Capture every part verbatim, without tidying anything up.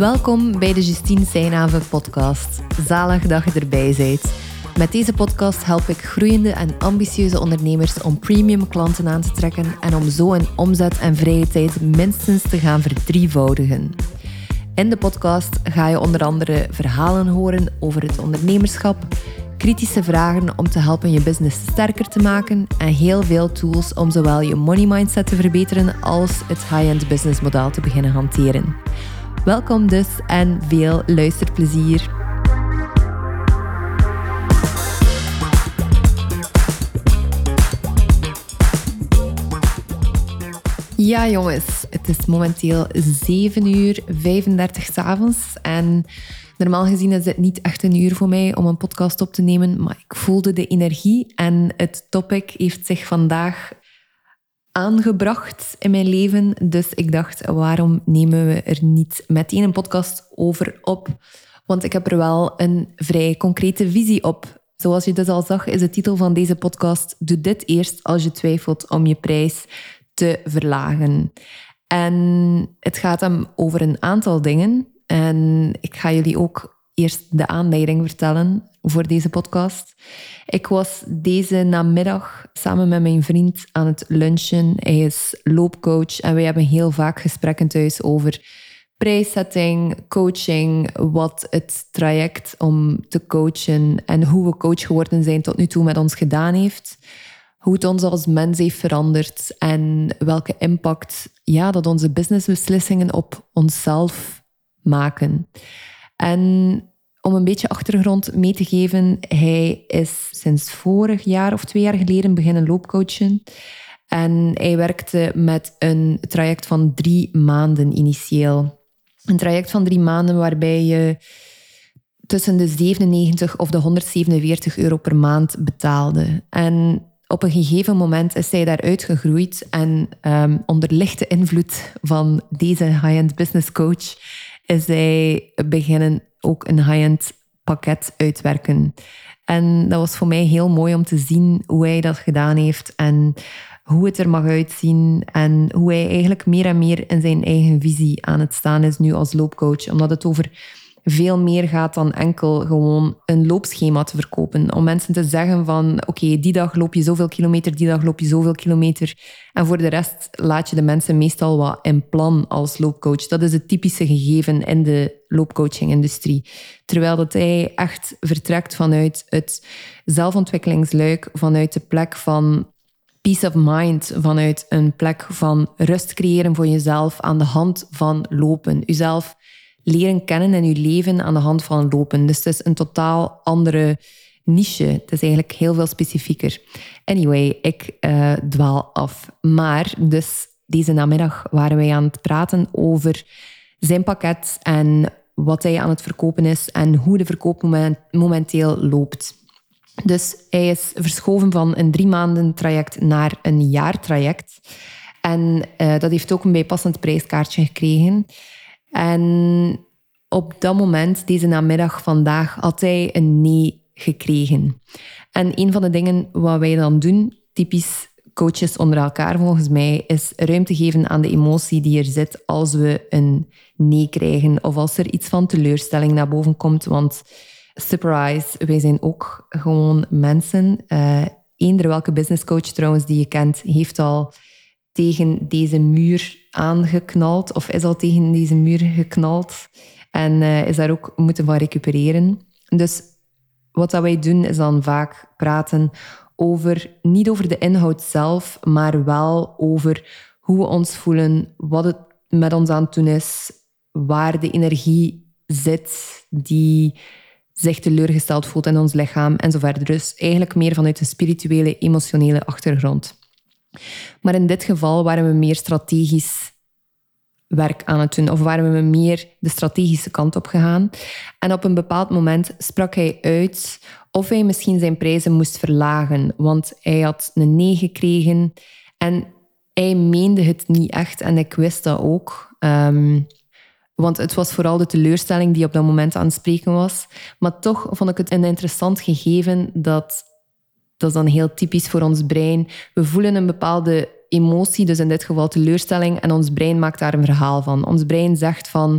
Welkom bij de Justine Seijnave podcast. Zalig dat je erbij bent. Met deze podcast help ik groeiende en ambitieuze ondernemers om premium klanten aan te trekken en om zo hun omzet en vrije tijd minstens te gaan verdrievoudigen. In de podcast ga je onder andere verhalen horen over het ondernemerschap, kritische vragen om te helpen je business sterker te maken en heel veel tools om zowel je money mindset te verbeteren als het high-end businessmodel te beginnen hanteren. Welkom dus en veel luisterplezier. Ja jongens, het is momenteel zeven uur vijfendertig 's avonds en normaal gezien is het niet echt een uur voor mij om een podcast op te nemen, maar ik voelde de energie en het topic heeft zich vandaag aangebracht in mijn leven. Dus ik dacht, waarom nemen we er niet meteen een podcast over op? Want ik heb er wel een vrij concrete visie op. Zoals je dus al zag, is de titel van deze podcast: Doe dit eerst als je twijfelt om je prijs te verlagen. En het gaat hem over een aantal dingen. En ik ga jullie ook eerst de aanleiding vertellen voor deze podcast. Ik was deze namiddag samen met mijn vriend aan het lunchen. Hij is loopcoach en wij hebben heel vaak gesprekken thuis over prijszetting, coaching, wat het traject om te coachen en hoe we coach geworden zijn tot nu toe met ons gedaan heeft. Hoe het ons als mens heeft veranderd en welke impact ja, dat onze businessbeslissingen op onszelf maken. En om een beetje achtergrond mee te geven, hij is sinds vorig jaar of twee jaar geleden beginnen loopcoachen. En hij werkte met een traject van drie maanden initieel. Een traject van drie maanden waarbij je tussen de zevenennegentig of de honderdzevenenveertig euro per maand betaalde. En op een gegeven moment is hij daaruit gegroeid en um, onder lichte invloed van deze high-end business coach is hij beginnen ook een high-end pakket uitwerken. En dat was voor mij heel mooi om te zien hoe hij dat gedaan heeft en hoe het er mag uitzien en hoe hij eigenlijk meer en meer in zijn eigen visie aan het staan is nu als loopcoach. Omdat het over veel meer gaat dan enkel gewoon een loopschema te verkopen. Om mensen te zeggen van oké, okay, die dag loop je zoveel kilometer, die dag loop je zoveel kilometer. En voor de rest laat je de mensen meestal wat in plan als loopcoach. Dat is het typische gegeven in de loopcoaching-industrie. Terwijl dat hij echt vertrekt vanuit het zelfontwikkelingsluik, vanuit de plek van peace of mind, vanuit een plek van rust creëren voor jezelf aan de hand van lopen. Jezelf leren kennen in je leven aan de hand van lopen. Dus het is een totaal andere niche. Het is eigenlijk heel veel specifieker. Anyway, ik uh, dwaal af. Maar dus deze namiddag waren wij aan het praten over zijn pakket en wat hij aan het verkopen is en hoe de verkoop moment, momenteel loopt. Dus hij is verschoven van een drie maanden traject naar een jaartraject. En uh, dat heeft ook een bijpassend prijskaartje gekregen. En op dat moment, deze namiddag vandaag, had hij een nee gekregen. En een van de dingen wat wij dan doen, typisch coaches onder elkaar volgens mij, is ruimte geven aan de emotie die er zit als we een nee krijgen of als er iets van teleurstelling naar boven komt. Want surprise, wij zijn ook gewoon mensen. Uh, eender welke businesscoach trouwens die je kent, heeft al tegen deze muur aangeknald of is al tegen deze muur geknald en uh, is daar ook moeten van recupereren. Dus wat dat wij doen is dan vaak praten over, niet over de inhoud zelf, maar wel over hoe we ons voelen, wat het met ons aan het doen is, waar de energie zit die zich teleurgesteld voelt in ons lichaam en zo verder. Dus eigenlijk meer vanuit een spirituele, emotionele achtergrond. Maar in dit geval waren we meer strategisch werk aan het doen. Of waren we meer de strategische kant op gegaan. En op een bepaald moment sprak hij uit of hij misschien zijn prijzen moest verlagen. Want hij had een nee gekregen. En hij meende het niet echt. En ik wist dat ook. Um, want het was vooral de teleurstelling die op dat moment aan het spreken was. Maar toch vond ik het een interessant gegeven dat... Dat is dan heel typisch voor ons brein. We voelen een bepaalde emotie, dus in dit geval teleurstelling, en ons brein maakt daar een verhaal van. Ons brein zegt van,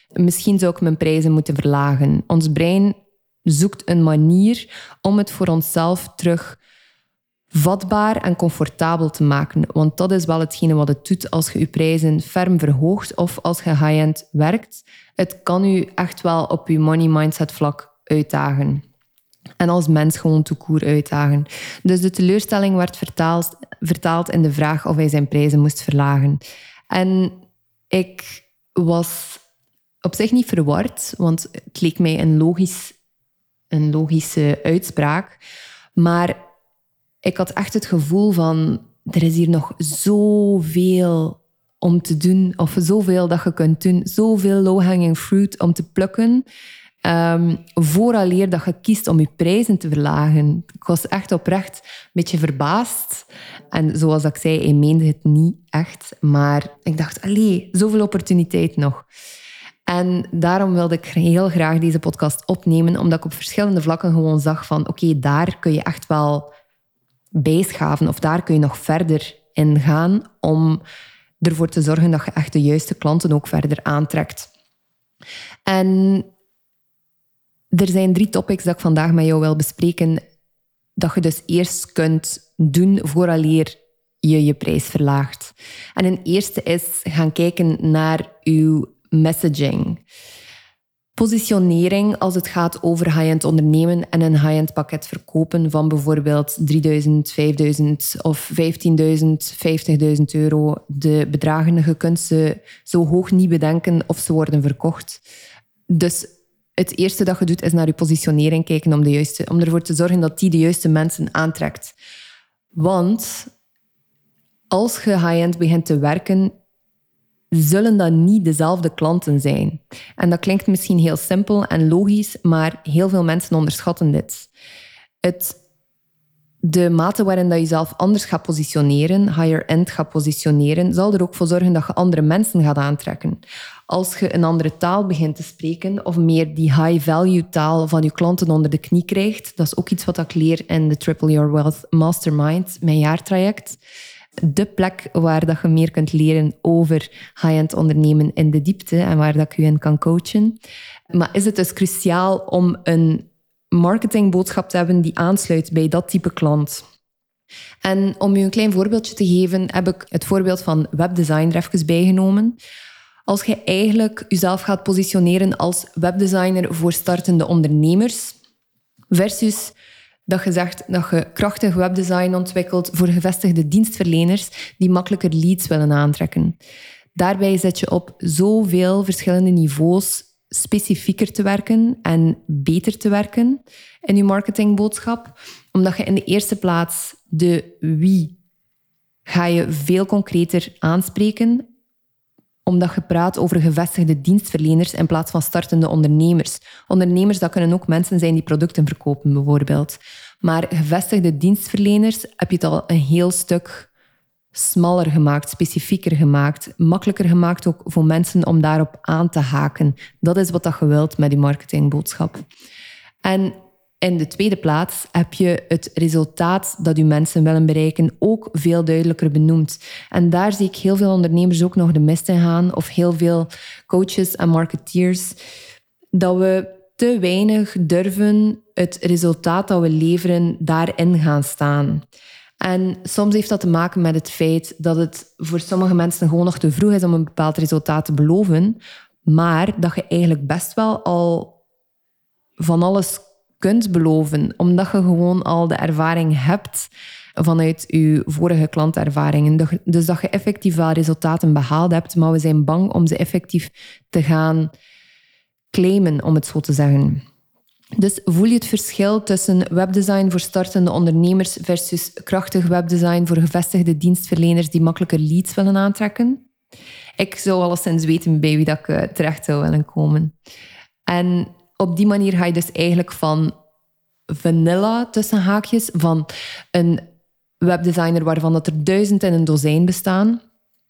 Misschien zou ik mijn prijzen moeten verlagen. Ons brein zoekt een manier om het voor onszelf terug vatbaar en comfortabel te maken. Want dat is wel hetgene wat het doet als je je prijzen ferm verhoogt of als je high-end werkt. Het kan je echt wel op je money mindset vlak uitdagen. En als mens gewoon tout court uitdagen. Dus de teleurstelling werd vertaald, vertaald in de vraag of hij zijn prijzen moest verlagen. En ik was op zich niet verward, want het leek mij een, logisch, een logische uitspraak. Maar ik had echt het gevoel van, er is hier nog zoveel om te doen, of zoveel dat je kunt doen, zoveel low-hanging fruit om te plukken, um, vooraleer dat je kiest om je prijzen te verlagen. Ik was echt oprecht een beetje verbaasd. En zoals ik zei, hij meende het niet echt, maar ik dacht, allee, zoveel opportuniteit nog. En daarom wilde ik heel graag deze podcast opnemen, omdat ik op verschillende vlakken gewoon zag van, oké, okay, daar kun je echt wel bijschaven of daar kun je nog verder in gaan om ervoor te zorgen dat je echt de juiste klanten ook verder aantrekt. En er zijn drie topics dat ik vandaag met jou wil bespreken dat je dus eerst kunt doen vooraleer je je prijs verlaagt. En een eerste is gaan kijken naar uw messaging. Positionering als het gaat over high-end ondernemen en een high-end pakket verkopen van bijvoorbeeld drieduizend, vijfduizend of vijftienduizend, vijftigduizend euro. De bedragen, je kunt ze zo hoog niet bedenken of ze worden verkocht. Dus het eerste dat je doet is naar je positionering kijken om, de juiste, om ervoor te zorgen dat die de juiste mensen aantrekt. Want als je high-end begint te werken, zullen dat niet dezelfde klanten zijn. En dat klinkt misschien heel simpel en logisch, maar heel veel mensen onderschatten dit. Het, de mate waarin dat je jezelf anders gaat positioneren, higher-end gaat positioneren, zal er ook voor zorgen dat je andere mensen gaat aantrekken. Als je een andere taal begint te spreken of meer die high-value taal van je klanten onder de knie krijgt, dat is ook iets wat ik leer in de Triple Your Wealth Mastermind, mijn jaartraject. De plek waar dat je meer kunt leren over high-end ondernemen in de diepte en waar dat ik je in kan coachen. Maar is het dus cruciaal om een marketingboodschap te hebben die aansluit bij dat type klant? En om je een klein voorbeeldje te geven, heb ik het voorbeeld van webdesign er even bijgenomen. Als je eigenlijk jezelf gaat positioneren als webdesigner voor startende ondernemers versus dat je zegt dat je krachtig webdesign ontwikkelt voor gevestigde dienstverleners die makkelijker leads willen aantrekken. Daarbij zet je op zoveel verschillende niveaus specifieker te werken en beter te werken in je marketingboodschap, omdat je in de eerste plaats de wie ga je veel concreter aanspreken, omdat je praat over gevestigde dienstverleners in plaats van startende ondernemers. Ondernemers, dat kunnen ook mensen zijn die producten verkopen, bijvoorbeeld. Maar gevestigde dienstverleners heb je het al een heel stuk smaller gemaakt, specifieker gemaakt, makkelijker gemaakt ook voor mensen om daarop aan te haken. Dat is wat je wilt met je marketingboodschap. En in de tweede plaats heb je het resultaat dat je mensen willen bereiken ook veel duidelijker benoemd. En daar zie ik heel veel ondernemers ook nog de mist in gaan, of heel veel coaches en marketeers, dat we te weinig durven het resultaat dat we leveren daarin gaan staan. En soms heeft dat te maken met het feit dat het voor sommige mensen gewoon nog te vroeg is om een bepaald resultaat te beloven, maar dat je eigenlijk best wel al van alles kunt beloven, omdat je gewoon al de ervaring hebt vanuit je vorige klantervaringen. Dus dat je effectief wel resultaten behaald hebt, maar we zijn bang om ze effectief te gaan claimen, om het zo te zeggen. Dus voel je het verschil tussen webdesign voor startende ondernemers versus krachtig webdesign voor gevestigde dienstverleners die makkelijker leads willen aantrekken? Ik zou alleszins weten bij wie dat ik terecht zou willen komen. En op die manier ga je dus eigenlijk van vanilla, tussen haakjes, van een webdesigner waarvan dat er duizend in een dozijn bestaan,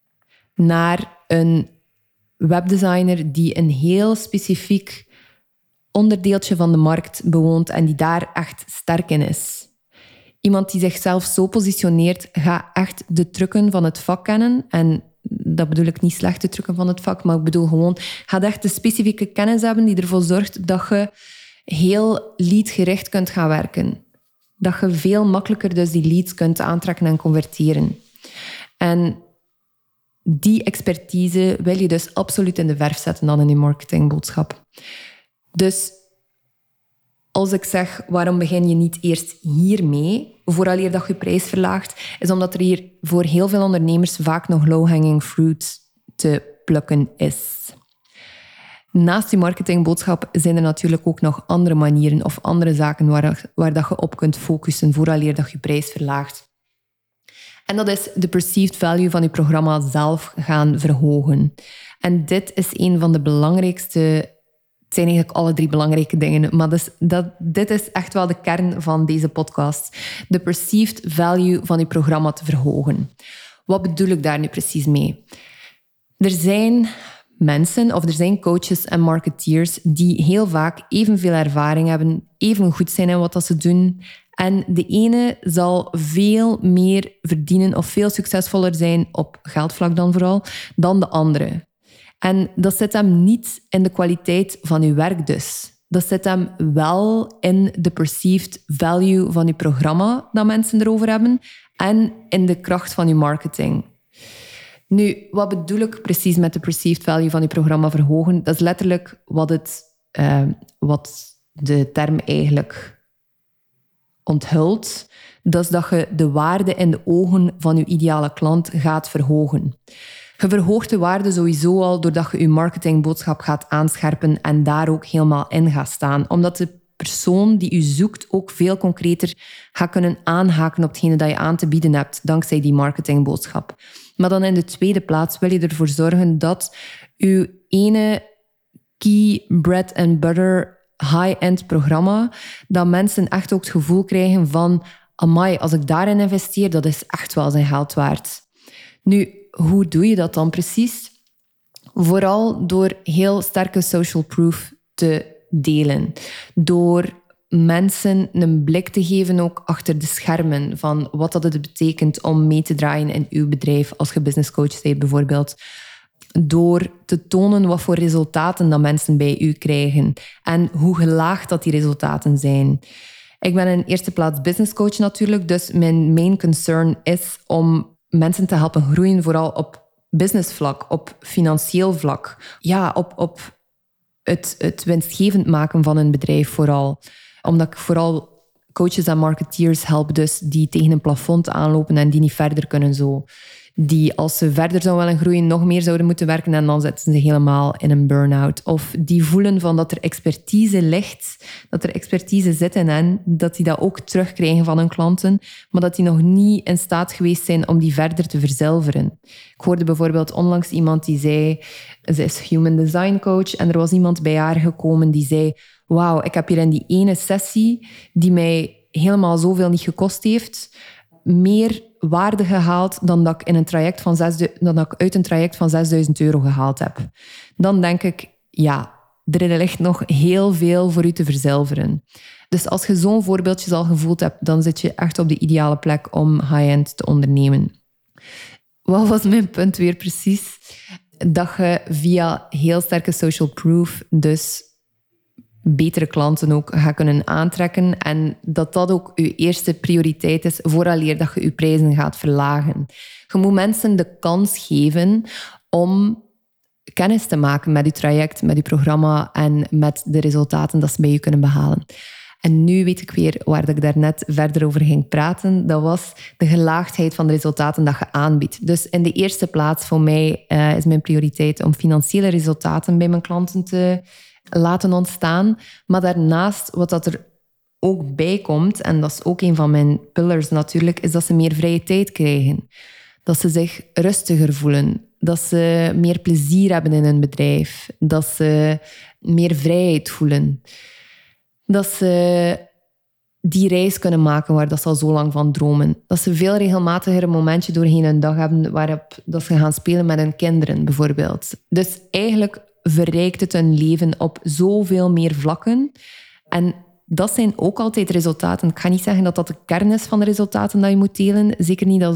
naar een webdesigner die een heel specifiek onderdeeltje van de markt bewoont en die daar echt sterk in is. Iemand die zichzelf zo positioneert, gaat echt de trucken van het vak kennen en dat bedoel ik niet slechte trucken van het vak, maar ik bedoel gewoon, je gaat echt de specifieke kennis hebben die ervoor zorgt dat je heel leadgericht kunt gaan werken. Dat je veel makkelijker dus die leads kunt aantrekken en converteren. En die expertise wil je dus absoluut in de verf zetten dan in je marketingboodschap. Dus als ik zeg, waarom begin je niet eerst hiermee, vooraleer dat je je prijs verlaagt, is omdat er hier voor heel veel ondernemers vaak nog low-hanging fruit te plukken is. Naast die marketingboodschap zijn er natuurlijk ook nog andere manieren of andere zaken waar, waar dat je op kunt focussen vooraleer dat je je prijs verlaagt. En dat is de perceived value van je programma zelf gaan verhogen. En dit is een van de belangrijkste... Het zijn eigenlijk alle drie belangrijke dingen, maar dus dat, dit is echt wel de kern van deze podcast. De perceived value van je programma te verhogen. Wat bedoel ik daar nu precies mee? Er zijn mensen, of er zijn coaches en marketeers die heel vaak evenveel ervaring hebben, even goed zijn in wat dat ze doen. En de ene zal veel meer verdienen of veel succesvoller zijn, op geldvlak dan vooral, dan de andere. En dat zit hem niet in de kwaliteit van je werk dus. Dat zit hem wel in de perceived value van je programma dat mensen erover hebben en in de kracht van je marketing. Nu, wat bedoel ik precies met de perceived value van je programma verhogen? Dat is letterlijk wat, het, uh, wat de term eigenlijk onthult. Dat is dat je de waarde in de ogen van je ideale klant gaat verhogen. Je verhoogt de waarde sowieso al doordat je je marketingboodschap gaat aanscherpen en daar ook helemaal in gaat staan. Omdat de persoon die u zoekt ook veel concreter gaat kunnen aanhaken op hetgene dat je aan te bieden hebt, dankzij die marketingboodschap. Maar dan in de tweede plaats wil je ervoor zorgen dat uw ene key bread and butter high-end programma, dat mensen echt ook het gevoel krijgen van amai, als ik daarin investeer, dat is echt wel zijn geld waard. Nu, hoe doe je dat dan precies? Vooral door heel sterke social proof te delen. Door mensen een blik te geven ook achter de schermen van wat dat het betekent om mee te draaien in uw bedrijf als je business coach bent bijvoorbeeld. Door te tonen wat voor resultaten dat mensen bij u krijgen en hoe gelaagd dat die resultaten zijn. Ik ben in eerste plaats business coach natuurlijk, dus mijn main concern is om mensen te helpen groeien, vooral op businessvlak, op financieel vlak. Ja, op, op het, het winstgevend maken van een bedrijf vooral. Omdat ik vooral coaches en marketeers help dus die tegen een plafond aanlopen en die niet verder kunnen zo. Die als ze verder zouden willen groeien nog meer zouden moeten werken en dan zetten ze helemaal in een burn-out. Of die voelen van dat er expertise ligt, dat er expertise zit in hen, dat die dat ook terugkrijgen van hun klanten, maar dat die nog niet in staat geweest zijn om die verder te verzilveren. Ik hoorde bijvoorbeeld onlangs iemand die zei, ze is human design coach en er was iemand bij haar gekomen die zei, wauw, ik heb hier in die ene sessie die mij helemaal zoveel niet gekost heeft, meer waarde gehaald dan dat ik, in een traject van zes, dan dat ik uit een traject van zesduizend euro gehaald heb. Dan denk ik, ja, er ligt nog heel veel voor u te verzilveren. Dus als je zo'n voorbeeldje al gevoeld hebt, dan zit je echt op de ideale plek om high-end te ondernemen. Wat was mijn punt weer precies? Dat je via heel sterke social proof dus betere klanten ook gaat kunnen aantrekken en dat dat ook je eerste prioriteit is vooraleer dat je je prijzen gaat verlagen. Je moet mensen de kans geven om kennis te maken met je traject, met je programma en met de resultaten dat ze bij je kunnen behalen. En nu weet ik weer waar ik daarnet verder over ging praten. Dat was de gelaagdheid van de resultaten dat je aanbiedt. Dus in de eerste plaats voor mij uh, is mijn prioriteit om financiële resultaten bij mijn klanten te laten ontstaan. Maar daarnaast, wat dat er ook bij komt, en dat is ook een van mijn pillars natuurlijk, is dat ze meer vrije tijd krijgen. Dat ze zich rustiger voelen. Dat ze meer plezier hebben in hun bedrijf. Dat ze meer vrijheid voelen. Dat ze die reis kunnen maken waar dat ze al zo lang van dromen. Dat ze veel regelmatiger een momentje doorheen hun dag hebben waarop dat ze gaan spelen met hun kinderen, bijvoorbeeld. Dus eigenlijk verrijkt het hun leven op zoveel meer vlakken. En dat zijn ook altijd resultaten. Ik ga niet zeggen dat dat de kern is van de resultaten dat je moet delen. Zeker niet als dat het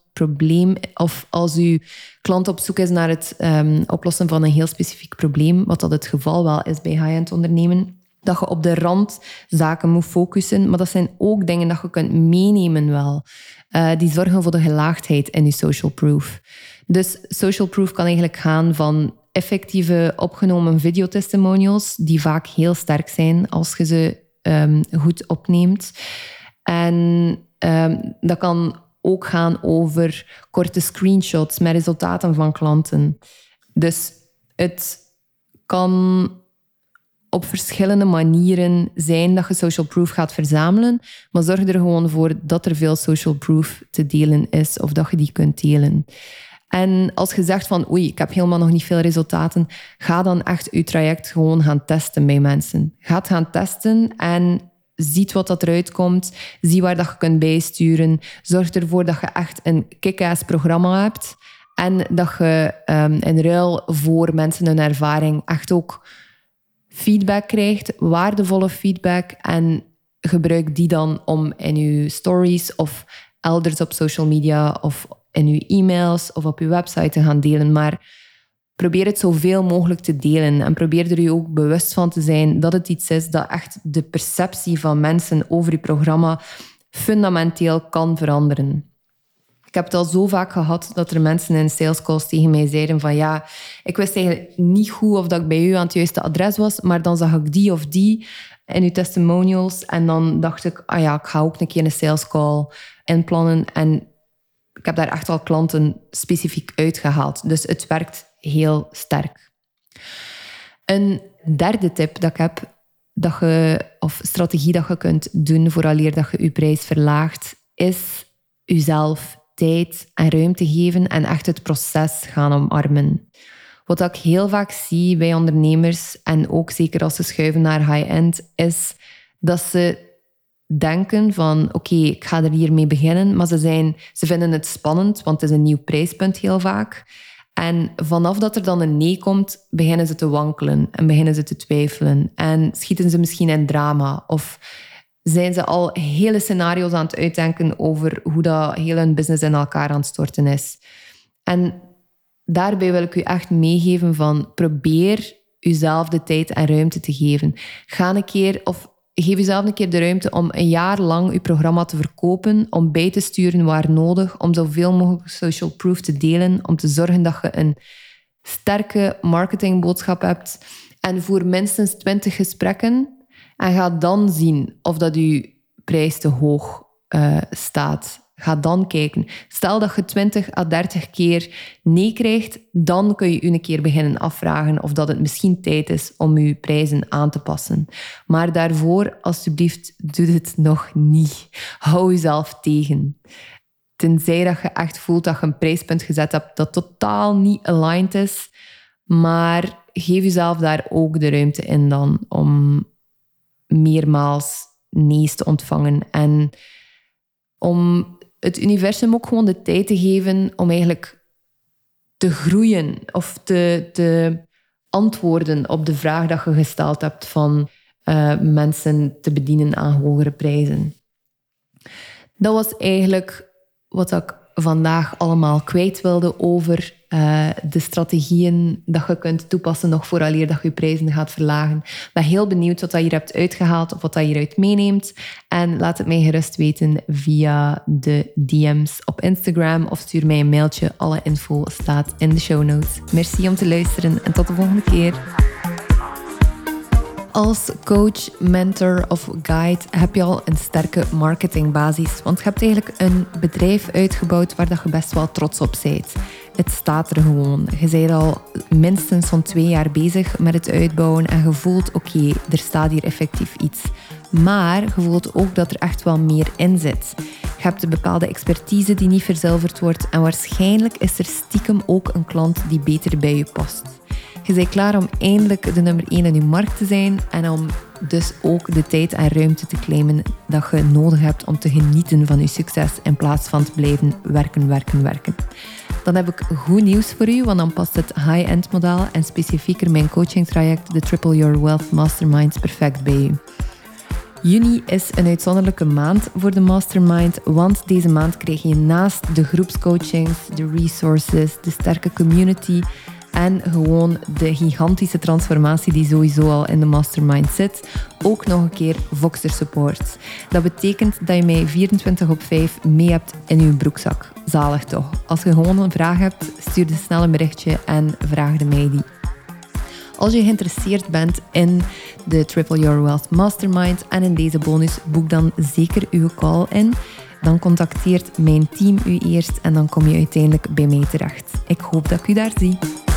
probleem, of als uw klant op zoek is naar het um, oplossen van een heel specifiek probleem, wat dat het geval wel is bij high-end ondernemen, dat je op de rand zaken moet focussen, maar dat zijn ook dingen dat je kunt meenemen wel. Uh, die zorgen voor de gelaagdheid in je social proof. Dus social proof kan eigenlijk gaan van effectieve opgenomen videotestimonials, die vaak heel sterk zijn als je ze um, goed opneemt. En um, dat kan ook gaan over korte screenshots met resultaten van klanten. Dus het kan op verschillende manieren zijn dat je social proof gaat verzamelen, maar zorg er gewoon voor dat er veel social proof te delen is of dat je die kunt delen. En als je zegt van oei, ik heb helemaal nog niet veel resultaten, ga dan echt je traject gewoon gaan testen bij mensen. Ga het gaan testen en ziet wat dat eruit komt. Zie waar dat je kunt bijsturen. Zorg ervoor dat je echt een kick-ass programma hebt en dat je um, in ruil voor mensen hun ervaring echt ook feedback krijgt, waardevolle feedback, en gebruik die dan om in je stories of elders op social media of in je e-mails of op je website te gaan delen. Maar probeer het zoveel mogelijk te delen en probeer er je ook bewust van te zijn dat het iets is dat echt de perceptie van mensen over je programma fundamenteel kan veranderen. Ik heb het al zo vaak gehad dat er mensen in sales calls tegen mij zeiden van ja, ik wist eigenlijk niet goed of dat ik bij u aan het juiste adres was, maar dan zag ik die of die in uw testimonials en dan dacht ik, ah ja, ik ga ook een keer een sales call inplannen. En ik heb daar echt wel klanten specifiek uitgehaald. Dus het werkt heel sterk. Een derde tip dat ik heb, dat je, of strategie dat je kunt doen vooraleer dat je je prijs verlaagt, is jezelf tijd en ruimte geven en echt het proces gaan omarmen. Wat ik heel vaak zie bij ondernemers, en ook zeker als ze schuiven naar high-end, is dat ze denken van oké, okay, ik ga er hiermee beginnen, maar ze, zijn, ze vinden het spannend, want het is een nieuw prijspunt heel vaak. En vanaf dat er dan een nee komt, beginnen ze te wankelen en beginnen ze te twijfelen en schieten ze misschien in drama of zijn ze al hele scenario's aan het uitdenken over hoe dat heel hun business in elkaar aan het storten is. En daarbij wil ik u echt meegeven van probeer jezelf de tijd en ruimte te geven. Ga een keer, of geef jezelf een keer de ruimte om een jaar lang je programma te verkopen, om bij te sturen waar nodig, om zoveel mogelijk social proof te delen, om te zorgen dat je een sterke marketingboodschap hebt. En voer minstens twintig gesprekken en ga dan zien of dat je prijs te hoog uh, staat. Ga dan kijken. Stel dat je twintig à dertig keer nee krijgt, dan kun je je een keer beginnen afvragen of dat het misschien tijd is om je prijzen aan te passen. Maar daarvoor, alsjeblieft, doe het nog niet. Hou jezelf tegen. Tenzij dat je echt voelt dat je een prijspunt gezet hebt dat totaal niet aligned is. Maar geef jezelf daar ook de ruimte in dan om meermaals nee's te ontvangen. En om het universum ook gewoon de tijd te geven om eigenlijk te groeien of te, te antwoorden op de vraag dat je gesteld hebt van uh, mensen te bedienen aan hogere prijzen. Dat was eigenlijk wat ik vandaag allemaal kwijt wilde over uh, de strategieën dat je kunt toepassen nog vooraleer dat je je prijzen gaat verlagen. Ik ben heel benieuwd wat je hier hebt uitgehaald of wat je hieruit meeneemt. En laat het mij gerust weten via de D M's op Instagram of stuur mij een mailtje. Alle info staat in de show notes. Merci om te luisteren en tot de volgende keer. Als coach, mentor of guide heb je al een sterke marketingbasis. Want je hebt eigenlijk een bedrijf uitgebouwd waar je best wel trots op bent. Het staat er gewoon. Je bent al minstens zo'n twee jaar bezig met het uitbouwen en je voelt, oké, okay, er staat hier effectief iets. Maar je voelt ook dat er echt wel meer in zit. Je hebt een bepaalde expertise die niet verzilverd wordt en waarschijnlijk is er stiekem ook een klant die beter bij je past. Je bent klaar om eindelijk de nummer één in je markt te zijn en om dus ook de tijd en ruimte te claimen dat je nodig hebt om te genieten van je succes in plaats van te blijven werken, werken, werken. Dan heb ik goed nieuws voor u, want dan past het high-end model en specifieker mijn coachingtraject, de Triple Your Wealth Masterminds, perfect bij u. Juni is een uitzonderlijke maand voor de Mastermind, want deze maand krijg je naast de groepscoachings, de resources, de sterke community en gewoon de gigantische transformatie die sowieso al in de Mastermind zit, ook nog een keer Voxer support. Dat betekent dat je mij vierentwintig op vijf mee hebt in je broekzak. Zalig toch? Als je gewoon een vraag hebt, stuur de snel een berichtje en vraag de mij die. Als je geïnteresseerd bent in de Triple Your Wealth Mastermind en in deze bonus, boek dan zeker uw call in. Dan contacteert mijn team u eerst en dan kom je uiteindelijk bij mij terecht. Ik hoop dat ik u daar zie.